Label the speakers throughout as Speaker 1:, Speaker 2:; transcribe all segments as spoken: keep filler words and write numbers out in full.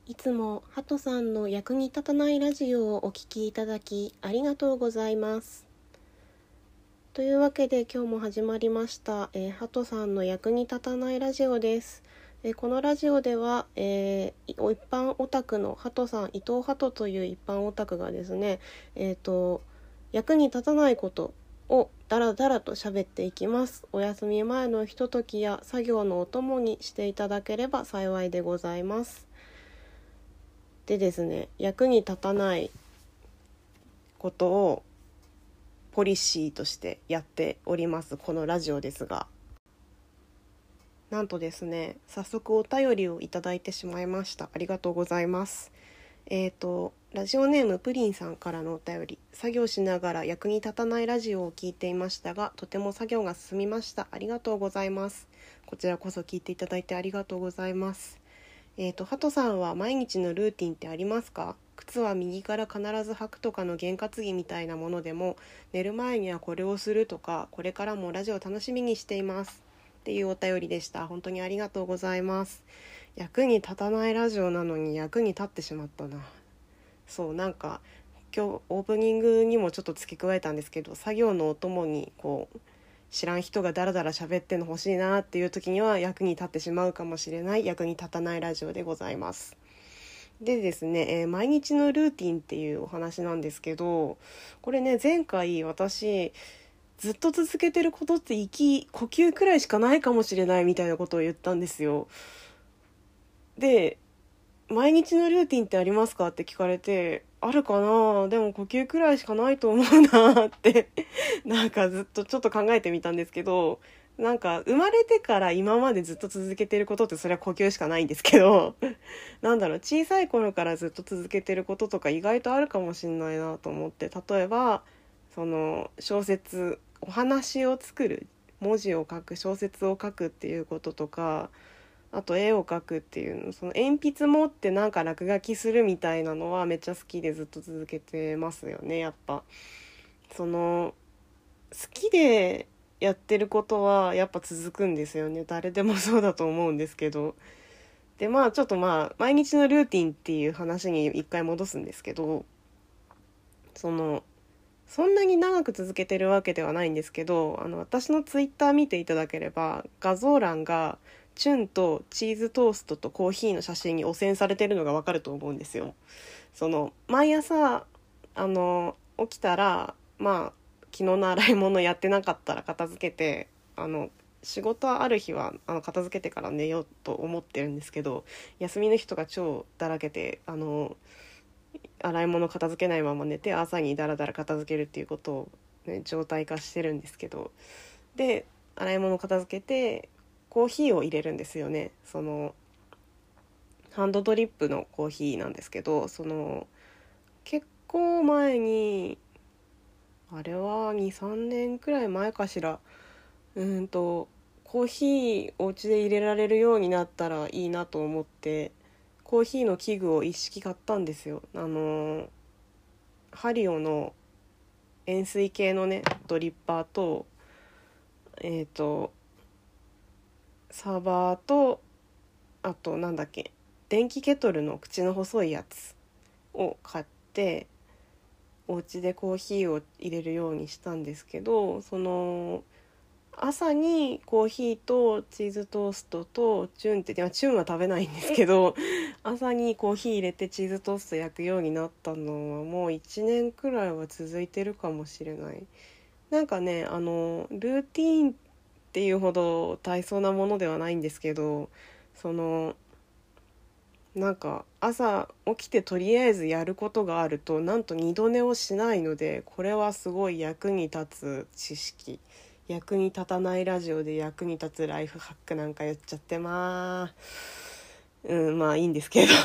Speaker 1: いつもハトさんの役に立たないラジオをお聞きいただきありがとうございます。というわけで今日も始まりました、えー、ハトさんの役に立たないラジオです。えー、このラジオでは、えー、一般オタクのハトさん、伊藤ハトという一般オタクがですね、えーと、役に立たないことをダラダラと喋っていきます。お休み前のひとときや作業のお供にしていただければ幸いでございます。でですね、役に立たないことをポリシーとしてやっておりますこのラジオですが、なんとですね、早速お便りをいただいてしまいました。ありがとうございます。えーとラジオネームプリンさんからのお便り。作業しながら役に立たないラジオを聞いていましたが、とても作業が進みました。ありがとうございます。こちらこそ聞いていただいてありがとうございます。えーと、ハトさんは毎日のルーティンってありますか？靴は右から必ず履くとかの験担ぎみたいなものでも、寝る前にはこれをするとか、これからもラジオ楽しみにしていますっていうお便りでした。本当にありがとうございます。役に立たないラジオなのに役に立ってしまったな。そう、なんか今日オープニングにもちょっと付け加えたんですけど、作業のお供にこう知らん人がダラダラ喋ってんの欲しいなっていう時には役に立ってしまうかもしれない役に立たないラジオでございます。でですね、えー毎日のルーティンっていうお話なんですけど、これね、前回私ずっと続けてることって息呼吸くらいしかないかもしれないみたいなことを言ったんですよ。で、毎日のルーティンってありますかって聞かれて、あるかな、でも呼吸くらいしかないと思うなってなんかずっとちょっと考えてみたんですけど、なんか生まれてから今までずっと続けてることってそれは呼吸しかないんですけどなんだろう、小さい頃からずっと続けてることとか意外とあるかもしんないなと思って、例えばその小説、お話を作る、文字を書く、小説を書くっていうこととか、あと絵を描くっていうの、その鉛筆持ってなんか落書きするみたいなのはめっちゃ好きでずっと続けてますよね。やっぱその好きでやってることはやっぱ続くんですよね。誰でもそうだと思うんですけど。でまあちょっとまあ毎日のルーティンっていう話に一回戻すんですけど、そのそんなに長く続けてるわけではないんですけど、あの私のツイッター見ていただければ画像欄がチュンとチーズトーストとコーヒーの写真に汚染されてるのがわかると思うんですよ。その毎朝あの起きたら、まあ昨日の洗い物やってなかったら片付けて、あの仕事ある日はあの片付けてから寝ようと思ってるんですけど、休みの日とか超だらけて、あの洗い物片付けないまま寝て朝にダラダラ片付けるっていうことを、ね、状態化してるんですけど、で洗い物片付けてコーヒーを入れるんですよね。そのハンドドリップのコーヒーなんですけど、その結構前に、あれはにさんねんくらい前かしら、うんとコーヒーお家で入れられるようになったらいいなと思ってコーヒーの器具を一式買ったんですよ。あのハリオの円錐形のねドリッパーと、えっとサーバーと、あとなんだっけ、電気ケトルの口の細いやつを買ってお家でコーヒーを入れるようにしたんですけど、その朝にコーヒーとチーズトーストとチュンって、チュンは食べないんですけど朝にコーヒー入れてチーズトースト焼くようになったのはもういちねんくらいは続いてるかもしれない。なんかね、あのルーティーンっていうほど大層なものではないんですけど、そのなんか朝起きてとりあえずやることがあるとなんと二度寝をしないので、これはすごい役に立つ知識。役に立たないラジオで役に立つライフハックなんか言っちゃってまあうんまあいいんですけど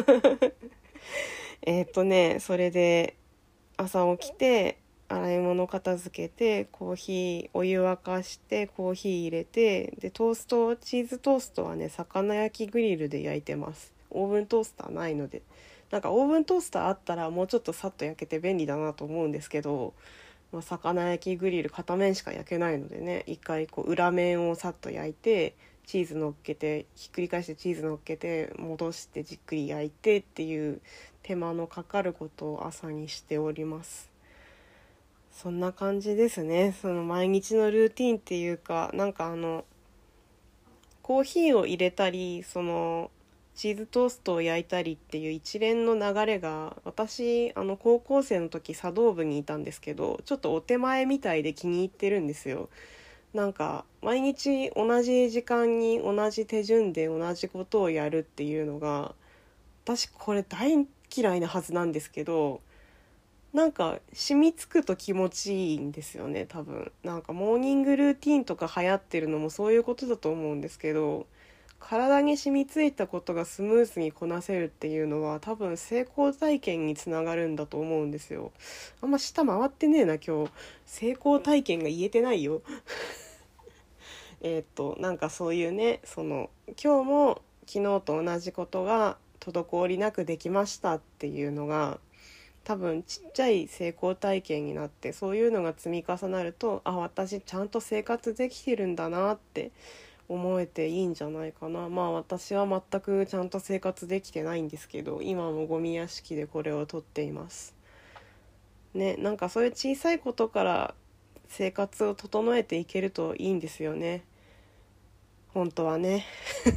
Speaker 1: えっとねそれで朝起きて洗い物片付けてコーヒーお湯沸かしてコーヒー入れて、でトーストチーズトーストはね魚焼きグリルで焼いてます。オーブントースターないので、なんかオーブントースターあったらもうちょっとさっと焼けて便利だなと思うんですけど、まあ、魚焼きグリル片面しか焼けないのでね、一回こう裏面をさっと焼いてチーズ乗っけてひっくり返してチーズ乗っけて戻してじっくり焼いてっていう手間のかかることを朝にしております。そんな感じですね。その毎日のルーティンっていうか、なんかあのコーヒーを入れたりそのチーズトーストを焼いたりっていう一連の流れが、私あの高校生の時茶道部にいたんですけど、ちょっとお手前みたいで気に入ってるんですよ。なんか毎日同じ時間に同じ手順で同じことをやるっていうのが、私これ大嫌いなはずなんですけど、なんか染みつくと気持ちいいんですよね。多分なんかモーニングルーティンとか流行ってるのもそういうことだと思うんですけど、体に染みついたことがスムーズにこなせるっていうのは多分成功体験につながるんだと思うんですよ。あんま舌回ってねえな今日。成功体験が言えてないよえっとなんかそういうね、その今日も昨日と同じことが滞りなくできましたっていうのが多分ちっちゃい成功体験になって、そういうのが積み重なると、あ、私ちゃんと生活できてるんだなって思えていいんじゃないかな。まあ私は全くちゃんと生活できてないんですけど、今もゴミ屋敷でこれを撮っていますね。なんかそういう小さいことから生活を整えていけるといいんですよね、本当はね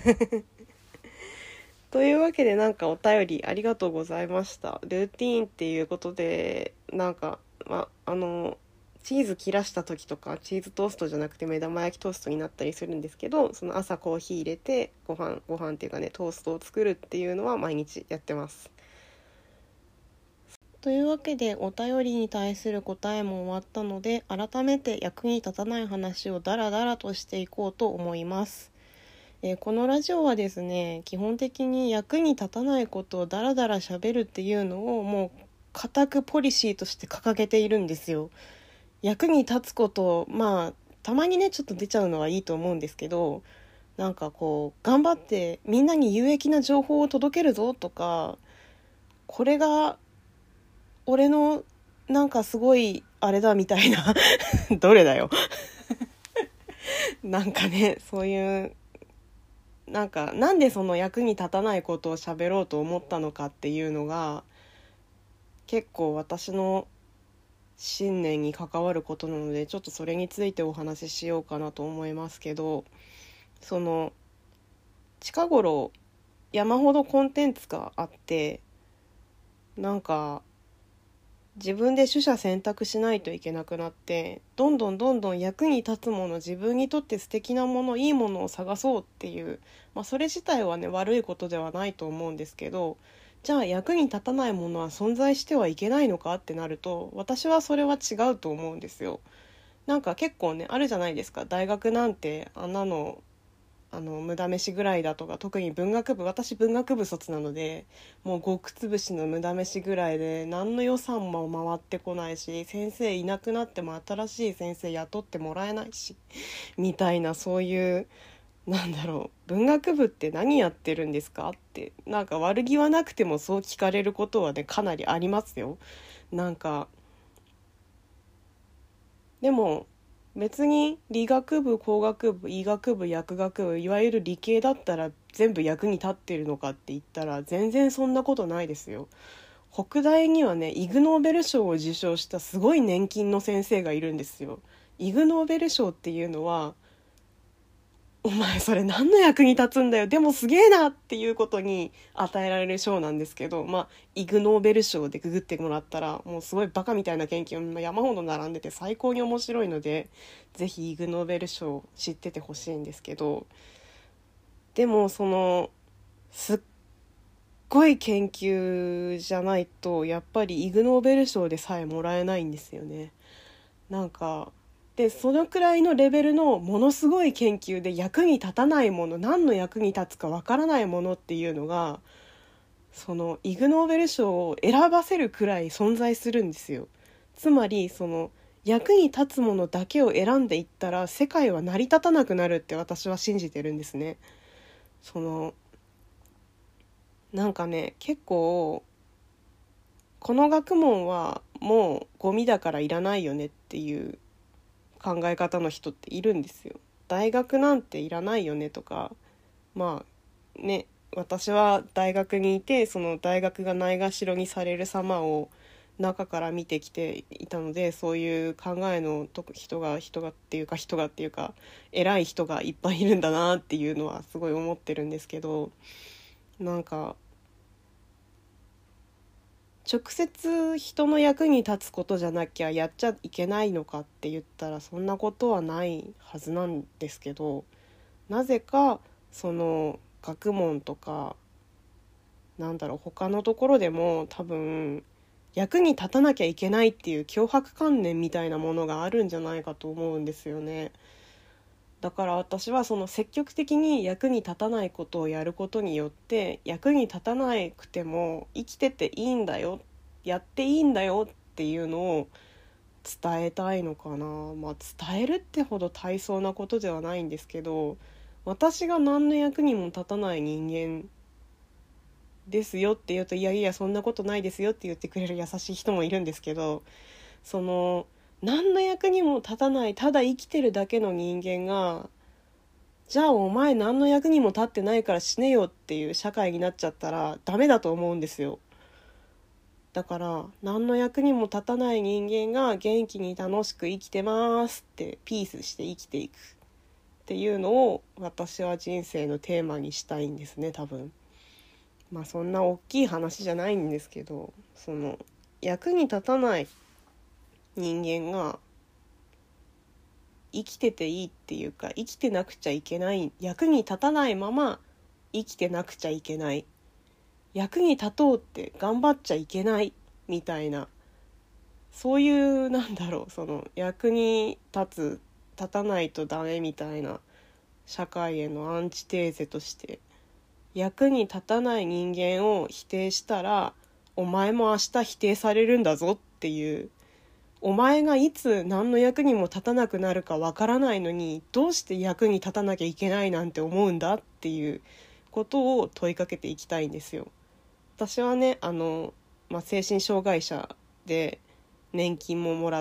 Speaker 1: というわけで、なんかお便りありがとうございました。ルーティーンっていうことで、なんか、ま、あのチーズ切らした時とかチーズトーストじゃなくて目玉焼きトーストになったりするんですけど、その朝コーヒー入れてご飯ご飯っていうかね、トーストを作るっていうのは毎日やってます。というわけで、お便りに対する答えも終わったので、改めて役に立たない話をダラダラとしていこうと思います。えーこのラジオはですね、基本的に役に立たないことをダラダラ喋るっていうのをもう固くポリシーとして掲げているんですよ。役に立つことを、まあたまにねちょっと出ちゃうのはいいと思うんですけど、なんかこう頑張ってみんなに有益な情報を届けるぞとか、これが俺のなんかすごいあれだみたいなどれだよなんかね、そういうなんかなんでその役に立たないことを喋ろうと思ったのかっていうのが結構私の信念に関わることなので、ちょっとそれについてお話ししようかなと思いますけど、その近頃山ほどコンテンツがあって、なんか自分で取捨選択しないといけなくなって、どんどんどんどん役に立つもの、自分にとって素敵なもの、いいものを探そうっていう、まあそれ自体はね悪いことではないと思うんですけど、じゃあ役に立たないものは存在してはいけないのかってなると、私はそれは違うと思うんですよ。なんか結構ねあるじゃないですか、大学なんてあんなのあの無駄飯ぐらいだとか、特に文学部、私文学部卒なので、もう極つぶしの無駄飯ぐらいで何の予算も回ってこないし、先生いなくなっても新しい先生雇ってもらえないしみたいな、そういうなんだろう、文学部って何やってるんですかって、なんか悪気はなくてもそう聞かれることはねかなりありますよ。なんかでも別に理学部、工学部、医学部、薬学部、いわゆる理系だったら全部役に立ってるのかって言ったら全然そんなことないですよ。北大にはねイグ・ノーベル賞を受賞したすごい年金の先生がいるんですよ。イグ・ノーベル賞っていうのは、お前それ何の役に立つんだよ、でもすげえなっていうことに与えられる賞なんですけど、まあイグ・ノーベル賞でググってもらったらもうすごいバカみたいな研究も山ほど並んでて最高に面白いので、ぜひイグ・ノーベル賞知っててほしいんですけど、でもそのすっごい研究じゃないとやっぱりイグ・ノーベル賞でさえもらえないんですよね。なんかでそのくらいのレベルのものすごい研究で役に立たないもの、何の役に立つかわからないものっていうのが、そのイグ・ノーベル賞を選ばせるくらい存在するんですよ。つまりその役に立つものだけを選んでいったら世界は成り立たなくなるって私は信じてるんですね。そのなんかね、結構この学問はもうゴミだからいらないよねっていう考え方の人っているんですよ。 大学なんていらないよねとか、まあね、私は大学にいて、その大学がないがしろにされる様を中から見てきていたので、そういう考えの人が人がっていうか人がっていうか偉い人がいっぱいいるんだなっていうのはすごい思ってるんですけど、なんか直接人の役に立つことじゃなきゃやっちゃいけないのかって言ったらそんなことはないはずなんですけど、なぜかその学問とかなんだろう他のところでも多分役に立たなきゃいけないっていう強迫観念みたいなものがあるんじゃないかと思うんですよね。だから私はその積極的に役に立たないことをやることによって、役に立たなくても生きてていいんだよ、やっていいんだよっていうのを伝えたいのかな。まあ伝えるってほど大層なことではないんですけど、私が何の役にも立たない人間ですよって言うと、いやいやそんなことないですよって言ってくれる優しい人もいるんですけど、その何の役にも立たない、ただ生きてるだけの人間が、じゃあお前何の役にも立ってないから死ねよっていう社会になっちゃったらダメだと思うんですよ。だから何の役にも立たない人間が元気に楽しく生きてますってピースして生きていくっていうのを私は人生のテーマにしたいんですね、多分。まあそんな大きい話じゃないんですけど、その役に立たない人間が生きてていいっていうか、生きてなくちゃいけない、役に立たないまま生きてなくちゃいけない、役に立とうって頑張っちゃいけないみたいな、そういうなんだろう、その役に立つ立たないとダメみたいな社会へのアンチテーゼとして、役に立たない人間を否定したらお前も明日否定されるんだぞっていう、お前がいつ何の役にも立たなくなるかわからないのにどうして役に立たなきゃいけないなんて思うんだっていうことを問いかけていきたいんですよ。私はね、あの、まあ、精神障害者で年金ももらって、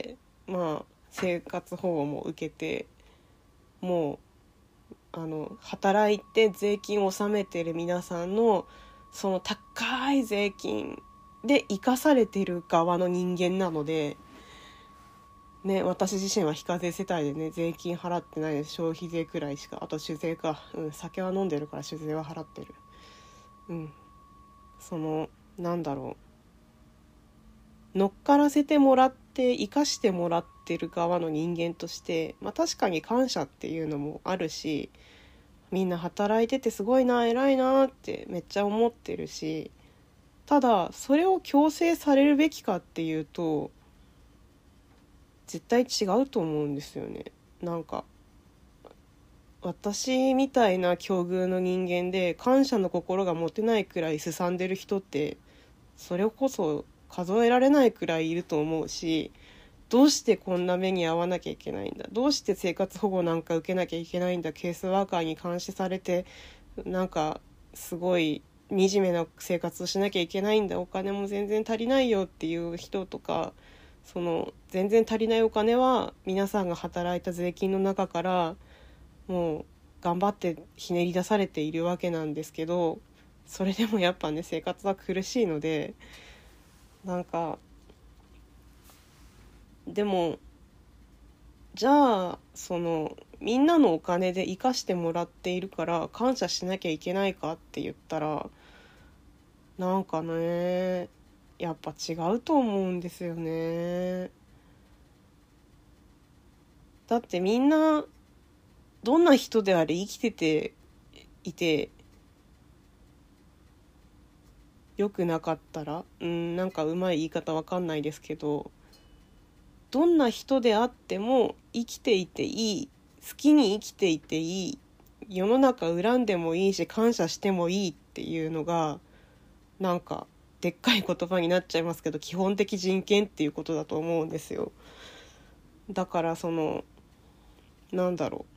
Speaker 1: まあ、生活保護も受けて、もうあの働いて税金を納めてる皆さんのその高い税金で生かされてる側の人間なので、ね、私自身は非課税世帯でね、税金払ってないです。消費税くらいしか。あと酒税か、うん、酒は飲んでるから酒税は払ってる。うん、そのなんだろう、乗っからせてもらって生かしてもらってる側の人間として、まあ確かに感謝っていうのもあるし、みんな働いててすごいな、偉いなってめっちゃ思ってるし、ただそれを強制されるべきかっていうと絶対違うと思うんですよね。なんか私みたいな境遇の人間で感謝の心が持てないくらいすさんでる人ってそれこそ数えられないくらいいると思うし、どうしてこんな目に遭わなきゃいけないんだ、どうして生活保護なんか受けなきゃいけないんだ、ケースワーカーに監視されてなんかすごい惨めな生活をしなきゃいけないんだ、お金も全然足りないよっていう人とか、その全然足りないお金は皆さんが働いた税金の中からもう頑張ってひねり出されているわけなんですけど、それでもやっぱね生活は苦しいので、なんかでもじゃあそのみんなのお金で生かしてもらっているから感謝しなきゃいけないかって言ったら、なんかねやっぱ違うと思うんですよね。だってみんなどんな人であれ生きてていて良くなかったら、うんなんかうまい言い方わかんないですけど、どんな人であっても生きていていい、好きに生きていていい、世の中恨んでもいいし感謝してもいいっていうのがなんかでっかい言葉になっちゃいますけど、基本的人権っていうことだと思うんですよ。だからそのなんだろ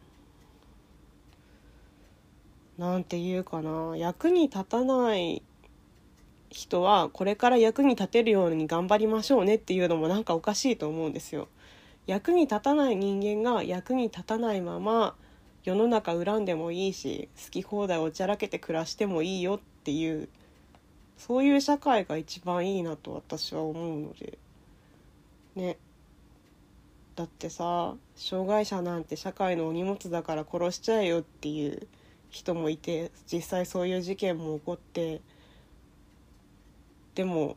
Speaker 1: う、なんていうかな、役に立たない人はこれから役に立てるように頑張りましょうねっていうのもなんかおかしいと思うんですよ。 役に立たない人間が役に立たないまま世の中恨んでもいいし、好き放題おちゃらけて暮らしてもいいよっていう、そういう社会が一番いいなと私は思うのでね。だってさ、障害者なんて社会のお荷物だから殺しちゃえよっていう人もいて、実際そういう事件も起こって、でも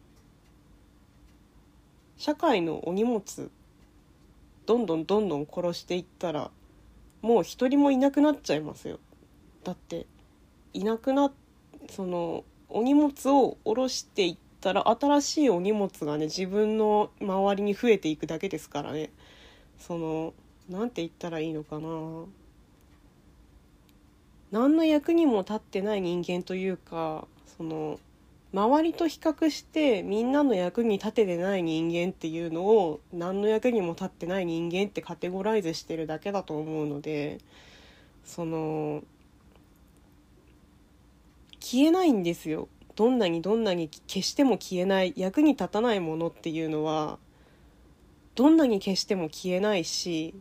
Speaker 1: 社会のお荷物どんどんどんどん殺していったらもう一人もいなくなっちゃいますよ。だっていなくなそのお荷物を下ろしていったら新しいお荷物がね、自分の周りに増えていくだけですからね。そのなんて言ったらいいのかな、何の役にも立ってない人間というか、その周りと比較してみんなの役に立ててない人間っていうのを何の役にも立ってない人間ってカテゴライズしてるだけだと思うので、その消えないんですよ。どんなにどんなに消しても消えない、役に立たないものっていうのはどんなに消しても消えないし、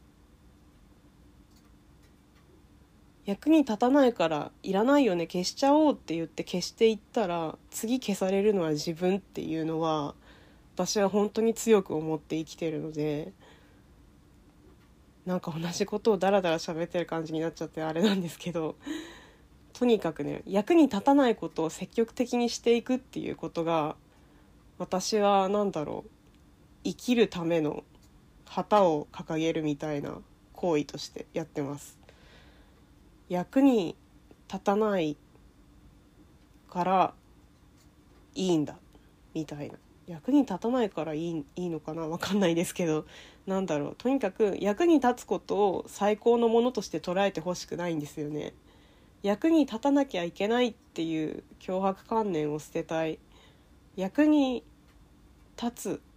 Speaker 1: 役に立たないからいらないよね消しちゃおうって言って消していったら次消されるのは自分っていうのは私は本当に強く思って生きてるので、なんか同じことをダラダラ喋ってる感じになっちゃってあれなんですけど、とにかくね、役に立たないことを積極的にしていくっていうことが、私はなんだろう、生きるための旗を掲げるみたいな行為としてやってます。役に立たないからいいんだみたいな、役に立たないからいい、いいのかな、わかんないですけど、なんだろう、とにかく役に立つことを最高のものとして捉えてほしくないんですよね。役に立たなきゃいけないっていう強迫観念を捨てたい。役に立つ、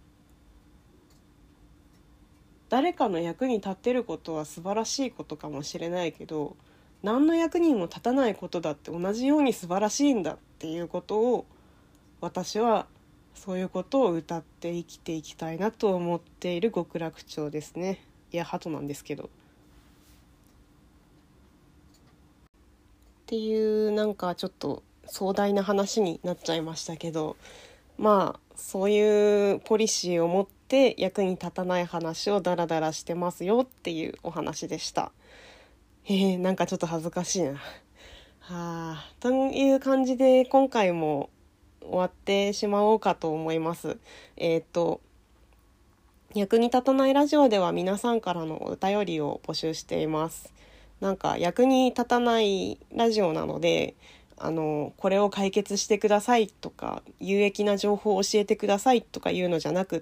Speaker 1: 誰かの役に立ってることは素晴らしいことかもしれないけど、何の役にも立たないことだって同じように素晴らしいんだっていうことを、私はそういうことを歌って生きていきたいなと思っている極楽鳥ですね。いや鳩なんですけどっていう、なんかちょっと壮大な話になっちゃいましたけど、まあそういうポリシーを持って役に立たない話をダラダラしてますよっていうお話でした。へえ、なんかちょっと恥ずかしいな。はあ、という感じで今回も終わってしまおうかと思います。えっと役に立たないラジオでは皆さんからのお便りを募集しています。なんか役に立たないラジオなので、あのこれを解決してくださいとか有益な情報を教えてくださいとかいうのじゃなくって、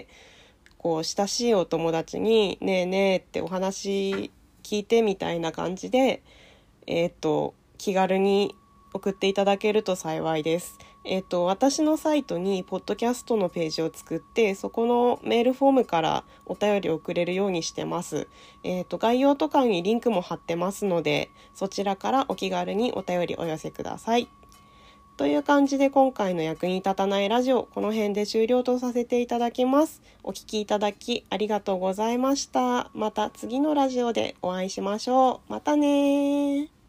Speaker 1: こう親しいお友達にねえねえってお話聞いてみたいな感じで、えっと気軽に送っていただけると幸いです。えっと私のサイトにポッドキャストのページを作って、そこのメールフォームからお便りを送れるようにしてます。えっと概要とかにリンクも貼ってますので、そちらからお気軽にお便りお寄せください。という感じで今回の役に立たないラジオ、この辺で終了とさせていただきます。お聞きいただきありがとうございました。また次のラジオでお会いしましょう。またねー。